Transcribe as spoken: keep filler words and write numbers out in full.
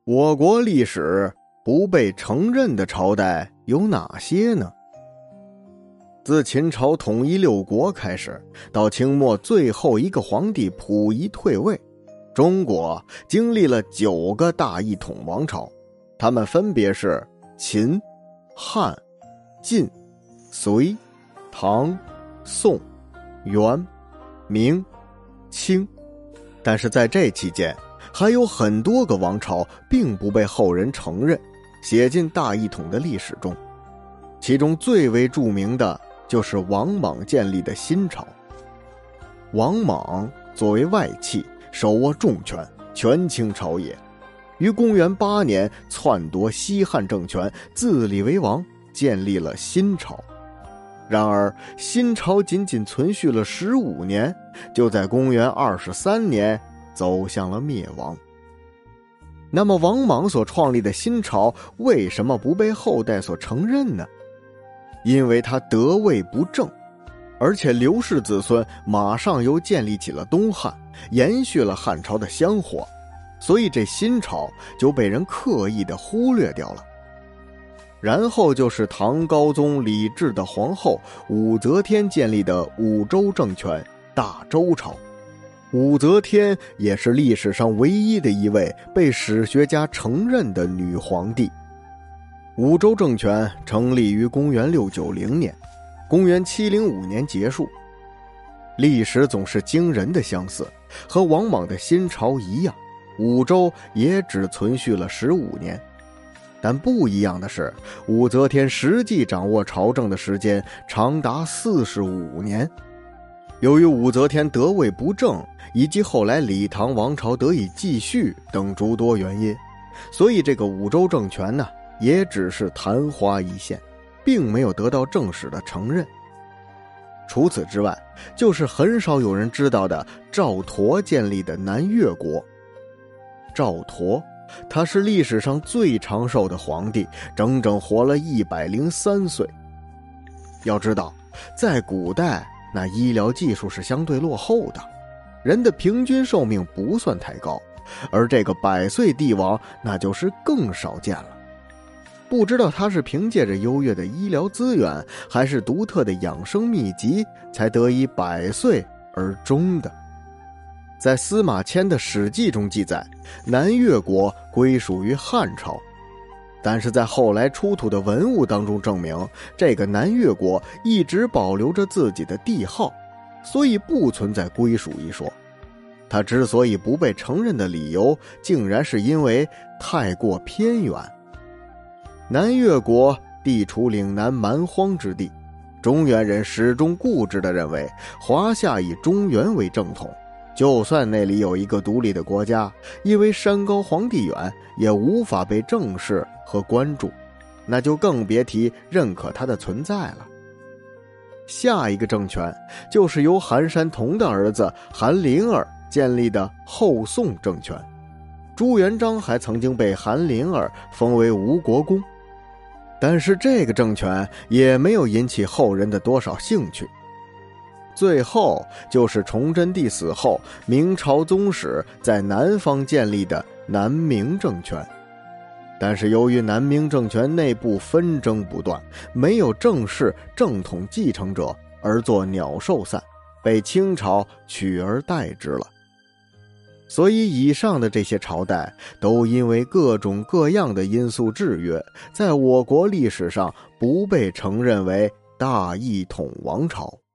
我国历史不被承认的朝代有哪些呢？自秦朝统一六国开始，到清末最后一个皇帝溥仪退位，中国经历了九个大一统王朝，他们分别是秦、汉、晋、隋、唐、宋、元、明、清。但是在这期间，还有很多个王朝并不被后人承认，写进大一统的历史中。其中最为著名的就是王莽建立的新朝。王莽作为外戚，手握重权，权倾朝野，于公元八年篡夺西汉政权，自立为王，建立了新朝。然而新朝仅仅存续了十五年，就在公元二十三年走向了灭亡。那么王莽所创立的新朝为什么不被后代所承认呢？因为他得位不正，而且刘氏子孙马上又建立起了东汉，延续了汉朝的香火，所以这新朝就被人刻意的忽略掉了。然后就是唐高宗李治的皇后武则天建立的武周政权大周朝。武则天也是历史上唯一的一位被史学家承认的女皇帝。武周政权成立于公元六九零年，公元七零五年结束。历史总是惊人的相似，和王莽的新朝一样，武周也只存续了十五年。但不一样的是，武则天实际掌握朝政的时间长达四十五年。由于武则天得位不正，以及后来李唐王朝得以继续等诸多原因，所以这个武周政权呢，也只是昙花一现，并没有得到正式的承认。除此之外，就是很少有人知道的赵佗建立的南越国。赵佗他是历史上最长寿的皇帝，整整活了一百零三岁。要知道，在古代那医疗技术是相对落后的，人的平均寿命不算太高，而这个百岁帝王那就是更少见了。不知道他是凭借着优越的医疗资源，还是独特的养生秘籍，才得以百岁而终的。在司马迁的《史记》中记载，南越国归属于汉朝，但是在后来出土的文物当中证明，这个南越国一直保留着自己的帝号，所以不存在归属一说。它之所以不被承认的理由，竟然是因为太过偏远。南越国地处岭南蛮荒之地，中原人始终固执地认为华夏以中原为正统，就算那里有一个独立的国家，因为山高皇帝远，也无法被正视和关注，那就更别提认可它的存在了。下一个政权就是由韩山童的儿子韩林儿建立的后宋政权。朱元璋还曾经被韩林儿封为吴国公，但是这个政权也没有引起后人的多少兴趣。最后就是崇祯帝死后，明朝宗室在南方建立的南明政权。但是由于南明政权内部纷争不断，没有正式正统继承者，而作鸟兽散，被清朝取而代之了。所以以上的这些朝代都因为各种各样的因素制约，在我国历史上不被承认为大一统王朝。